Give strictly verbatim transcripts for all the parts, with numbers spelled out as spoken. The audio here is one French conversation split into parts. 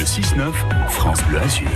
Le six neuf, France Bleu Azur.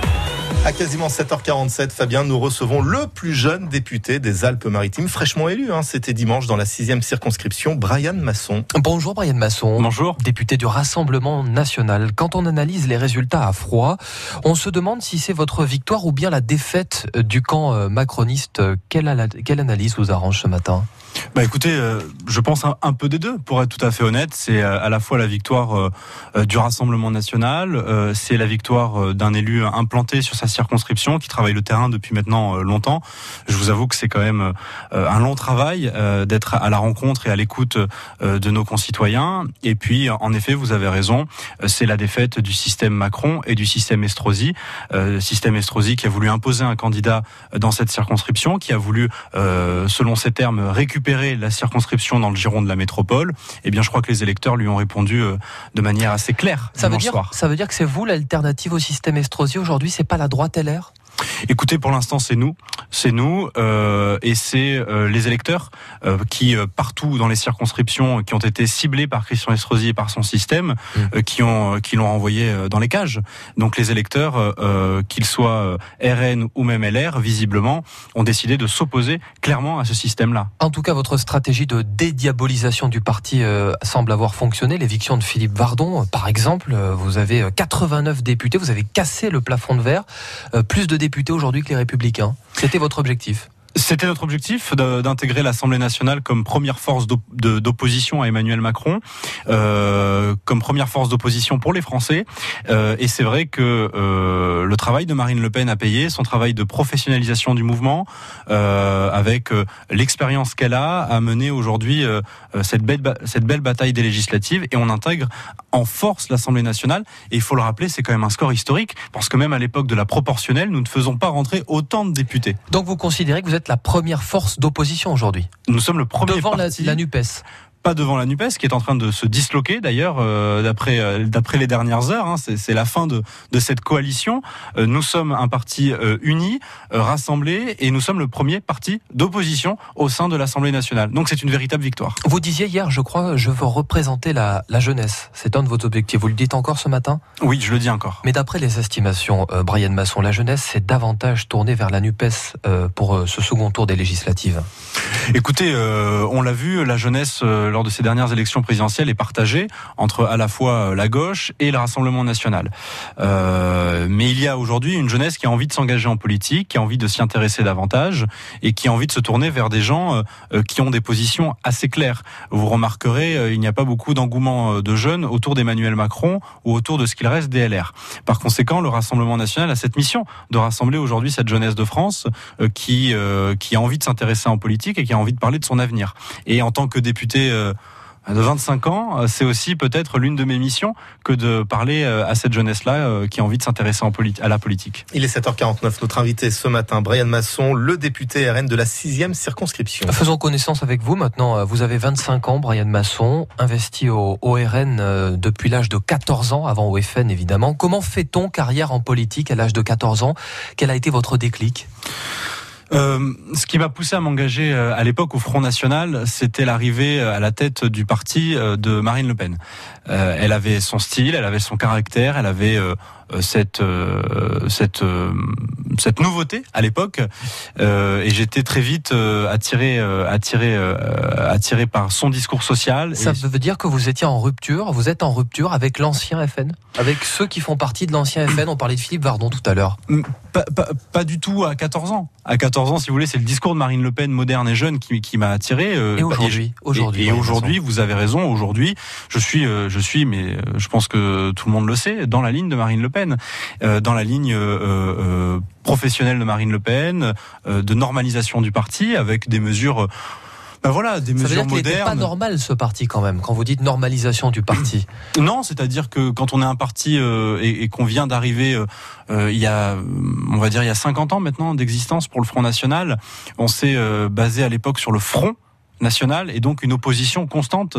À quasiment sept heures quarante-sept, Fabien, nous recevons le plus jeune député des Alpes-Maritimes, fraîchement élu. Hein. C'était dimanche dans la sixième circonscription, Brian Masson. Bonjour Brian Masson. Bonjour. Député du Rassemblement National. Quand on analyse les résultats à froid, on se demande si c'est votre victoire ou bien la défaite du camp macroniste. Quelle, quelle analyse vous arrange ce matin ? Bah écoutez, euh, je pense un, un peu des deux, pour être tout à fait honnête. C'est euh, à la fois la victoire euh, euh, du Rassemblement National, euh, c'est la victoire euh, d'un élu implanté sur sa circonscription, qui travaille le terrain depuis maintenant euh, longtemps. Je vous avoue que c'est quand même euh, un long travail euh, d'être à la rencontre et à l'écoute euh, de nos concitoyens. Et puis, en effet, vous avez raison, euh, c'est la défaite du système Macron et du système Estrosi. Euh, système Estrosi qui a voulu imposer un candidat dans cette circonscription, qui a voulu, euh, selon ses termes, récupérer la circonscription dans le giron de la métropole. Eh bien, je crois que les électeurs lui ont répondu euh, de manière assez claire ça veut dimanche dire, soir. Ça veut dire que c'est vous l'alternative au système Estrosi aujourd'hui, c'est pas la droite L R ? Écoutez, pour l'instant, c'est nous, c'est nous, euh, et c'est euh, les électeurs euh, qui, euh, partout dans les circonscriptions, qui ont été ciblés par Christian Estrosi et par son système, mmh. euh, qui ont, qui l'ont envoyé euh, dans les cages. Donc, les électeurs, euh, qu'ils soient R N ou même L R, visiblement, ont décidé de s'opposer clairement à ce système-là. En tout cas, votre stratégie de dédiabolisation du parti euh, semble avoir fonctionné. L'éviction de Philippe Vardon, par exemple, euh, vous avez quatre-vingt-neuf députés, vous avez cassé le plafond de verre, euh, plus de députés aujourd'hui que les Républicains. C'était votre objectif ? C'était notre objectif d'intégrer l'Assemblée nationale comme première force d'opposition à Emmanuel Macron, euh, comme première force d'opposition pour les Français. Euh, et c'est vrai que euh, le travail de Marine Le Pen a payé, son travail de professionnalisation du mouvement, euh, avec euh, l'expérience qu'elle a, a mené aujourd'hui euh, cette, belle, cette belle bataille des législatives. Et on intègre en force l'Assemblée nationale. Et il faut le rappeler, c'est quand même un score historique, parce que même à l'époque de la proportionnelle, nous ne faisons pas rentrer autant de députés. Donc vous considérez que vous êtes la première force d'opposition aujourd'hui. Nous sommes le premier devant parti. la, la NUPES. Pas devant la NUPES, qui est en train de se disloquer d'ailleurs, euh, d'après euh, d'après les dernières heures. Hein, c'est, c'est la fin de de cette coalition. Euh, nous sommes un parti euh, uni, euh, rassemblé, et nous sommes le premier parti d'opposition au sein de l'Assemblée nationale. Donc c'est une véritable victoire. Vous disiez hier, je crois, je veux représenter la la jeunesse. C'est un de vos objectifs. Vous le dites encore ce matin ? Oui, je le dis encore. Mais d'après les estimations, euh, Brian Masson, la jeunesse s'est davantage tournée vers la NUPES euh, pour euh, ce second tour des législatives. Écoutez, euh, on l'a vu, la jeunesse euh, lors de ces dernières élections présidentielles est partagée entre à la fois la gauche et le Rassemblement national. Euh, mais il y a aujourd'hui une jeunesse qui a envie de s'engager en politique, qui a envie de s'y intéresser davantage et qui a envie de se tourner vers des gens euh, qui ont des positions assez claires. Vous remarquerez, euh, il n'y a pas beaucoup d'engouement de jeunes autour d'Emmanuel Macron ou autour de ce qu'il reste des L R. Par conséquent, le Rassemblement national a cette mission de rassembler aujourd'hui cette jeunesse de France euh, qui, euh, qui a envie de s'intéresser en politique et qui a envie de parler de son avenir. Et en tant que député euh, de vingt-cinq ans, c'est aussi peut-être l'une de mes missions que de parler à cette jeunesse-là qui a envie de s'intéresser en politi- à la politique. Il est sept heures quarante-neuf, notre invité ce matin, Brian Masson, le député R N de la sixième circonscription. Faisons connaissance avec vous maintenant. Vous avez vingt-cinq ans, Brian Masson, investi au, au R N depuis l'âge de quatorze ans, avant au F N évidemment. Comment fait-on carrière en politique à l'âge de quatorze ans ? Quel a été votre déclic ? Euh, ce qui m'a poussé à m'engager à l'époque au Front National, c'était l'arrivée à la tête du parti de Marine Le Pen. Euh, elle avait son style, elle avait son caractère, elle avait euh, cette euh, cette euh, cette nouveauté à l'époque, euh, et j'étais très vite euh, attiré euh, attiré euh, attiré par son discours social. Ça et... veut dire que vous étiez en rupture, vous êtes en rupture avec l'ancien F N, avec ceux qui font partie de l'ancien F N. On parlait de Philippe Vardon tout à l'heure. Pas, pas, pas du tout à quatorze ans. À quatorze ans, si vous voulez, c'est le discours de Marine Le Pen moderne et jeune qui, qui m'a attiré. Euh, et aujourd'hui, et, aujourd'hui, et, et aujourd'hui, vous avez raison. Aujourd'hui, je suis, euh, je suis, mais je pense que tout le monde le sait, dans la ligne de Marine Le Pen, euh, dans la ligne euh, euh, professionnelle de Marine Le Pen, euh, de normalisation du parti, avec des mesures. Ben voilà, des mesures modernes. Ça veut dire qu'il n'était pas normal ce parti quand même, quand vous dites normalisation du parti. Non, c'est-à-dire que quand on est un parti euh, et, et qu'on vient d'arriver, euh, il y a, on va dire, il y a cinquante ans maintenant d'existence pour le Front National, on s'est euh, basé à l'époque sur le front nationale et donc une opposition constante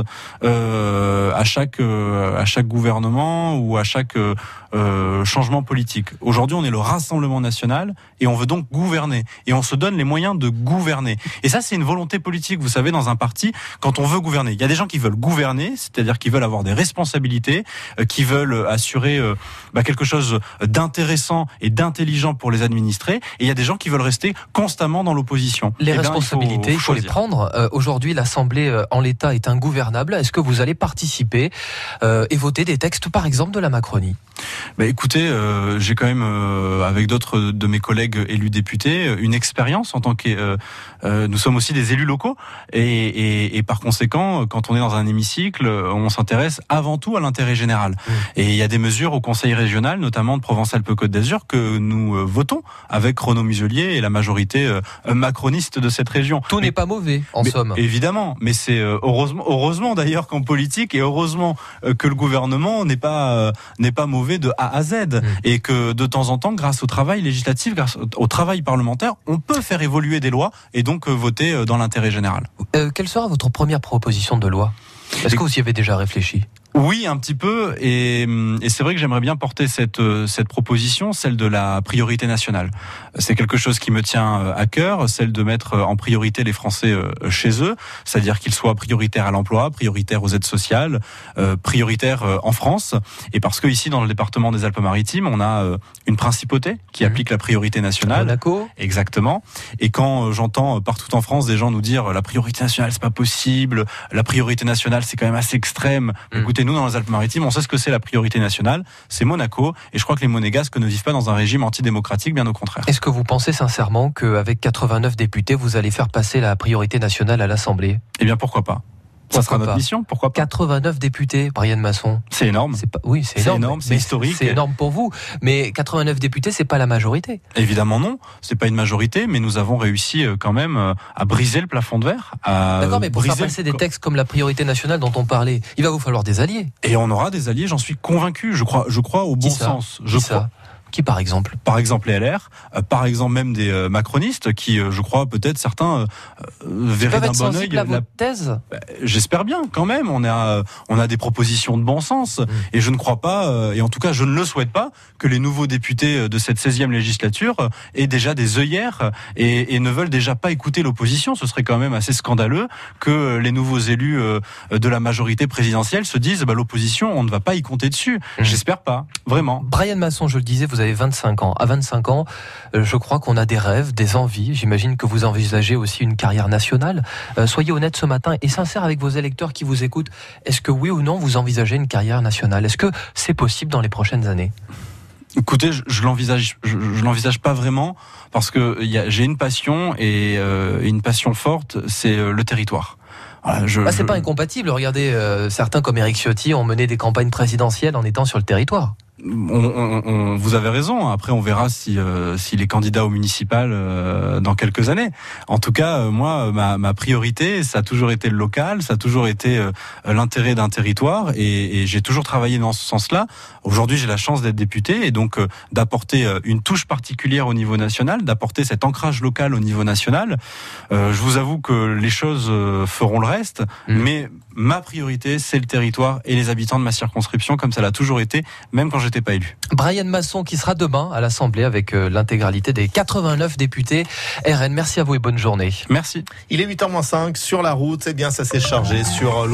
euh, à chaque euh, à chaque gouvernement ou à chaque euh, euh, changement politique. Aujourd'hui, on est le Rassemblement national et on veut donc gouverner et on se donne les moyens de gouverner. Et ça, c'est une volonté politique. Vous savez, dans un parti, quand on veut gouverner, il y a des gens qui veulent gouverner, c'est-à-dire qui veulent avoir des responsabilités, euh, qui veulent assurer euh, bah, quelque chose d'intéressant et d'intelligent pour les administrés. Et il y a des gens qui veulent rester constamment dans l'opposition. Les Eh bien, responsabilités, il faut, il faut les prendre. Euh, Aujourd'hui, l'Assemblée euh, en l'état est ingouvernable. Est-ce que vous allez participer euh, et voter des textes, par exemple, de la Macronie ? Bah écoutez, euh, j'ai quand même, euh, avec d'autres de mes collègues élus députés, une expérience en tant que... Euh, euh, nous sommes aussi des élus locaux et, et, et par conséquent, quand on est dans un hémicycle, on s'intéresse avant tout à l'intérêt général. Mmh. Et il y a des mesures au Conseil régional, notamment de Provence-Alpes-Côte d'Azur, que nous euh, votons avec Renaud Muselier et la majorité euh, macroniste de cette région. Tout mais, n'est pas mauvais, en mais, somme. Évidemment, mais c'est euh, heureusement, heureusement d'ailleurs qu'en politique, et heureusement euh, que le gouvernement n'est pas, euh, n'est pas mauvais de A à Z, mmh. et que de temps en temps, grâce au travail législatif, grâce au travail parlementaire, on peut faire évoluer des lois et donc euh, voter euh, dans l'intérêt général. Euh, quelle sera votre première proposition de loi ? Est-ce que vous y avez déjà réfléchi ? Oui, un petit peu, et, et c'est vrai que j'aimerais bien porter cette cette proposition, celle de la priorité nationale. C'est quelque chose qui me tient à cœur, celle de mettre en priorité les Français chez eux, c'est-à-dire qu'ils soient prioritaires à l'emploi, prioritaires aux aides sociales, euh, prioritaires en France. Et parce que ici, dans le département des Alpes-Maritimes, on a une principauté qui mmh. applique la priorité nationale. Monaco. Exactement. Et quand j'entends partout en France des gens nous dire la priorité nationale, c'est pas possible, la priorité nationale, c'est quand même assez extrême. Mmh. Écoutez, nous, dans les Alpes-Maritimes, on sait ce que c'est la priorité nationale, c'est Monaco, et je crois que les Monégasques ne vivent pas dans un régime antidémocratique, bien au contraire. Est-ce que vous pensez sincèrement qu'avec quatre-vingt-neuf députés, vous allez faire passer la priorité nationale à l'Assemblée ? Eh bien, pourquoi pas ? Ça sera notre mission, pourquoi pas ? quatre-vingt-neuf députés, Brian Masson. C'est énorme. C'est pas, oui, c'est, c'est énorme, énorme, c'est historique. C'est énorme pour vous. Mais quatre-vingt-neuf députés, c'est pas la majorité. Évidemment non, c'est pas une majorité, mais nous avons réussi quand même à briser le plafond de verre. À D'accord, mais pour briser... faire passer des textes comme la priorité nationale dont on parlait, il va vous falloir des alliés. Et on aura des alliés, j'en suis convaincu. Je crois, je crois au bon Qui ça sens. Qui je ça crois. Qui par exemple ? Par exemple les L R, euh, par exemple même des euh, macronistes qui, euh, je crois, peut-être certains euh, verraient d'un bon œil. La... votre thèse ? euh, J'espère bien, quand même. On a, euh, on a des propositions de bon sens, mmh. et je ne crois pas, euh, et en tout cas, je ne le souhaite pas, que les nouveaux députés de cette seizième législature euh, aient déjà des œillères et, et ne veulent déjà pas écouter l'opposition. Ce serait quand même assez scandaleux que les nouveaux élus euh, de la majorité présidentielle se disent, bah, l'opposition, on ne va pas y compter dessus. Mmh. J'espère pas, vraiment. Brian Masson, je le disais, vous avez vingt-cinq ans. À vingt-cinq ans, je crois qu'on a des rêves, des envies. J'imagine que vous envisagez aussi une carrière nationale. Euh, soyez honnête ce matin et sincère avec vos électeurs qui vous écoutent. Est-ce que oui ou non, vous envisagez une carrière nationale ? Est-ce que c'est possible dans les prochaines années ? Écoutez, je, je l'envisage, je, je l'envisage pas vraiment parce que y a, j'ai une passion et euh, une passion forte, c'est euh, le territoire. Voilà, je, ah, c'est je... pas incompatible. Regardez, euh, certains comme Éric Ciotti ont mené des campagnes présidentielles en étant sur le territoire. On, on, on, vous avez raison. Après, on verra si euh, s'il est candidat au municipal euh, dans quelques années. En tout cas, euh, moi, ma, ma priorité, ça a toujours été le local, ça a toujours été euh, l'intérêt d'un territoire, et, et j'ai toujours travaillé dans ce sens-là. Aujourd'hui, j'ai la chance d'être député et donc euh, d'apporter euh, une touche particulière au niveau national, d'apporter cet ancrage local au niveau national. Euh, je vous avoue que les choses euh, feront le reste, mmh. mais ma priorité, c'est le territoire et les habitants de ma circonscription, comme ça l'a toujours été, même quand j'étais pas élu. Brian Masson qui sera demain à l'Assemblée avec euh, l'intégralité des quatre-vingt-neuf députés R N. Merci à vous et bonne journée. Merci. Il est huit heures moins cinq sur la route. Eh bien, ça s'est chargé sur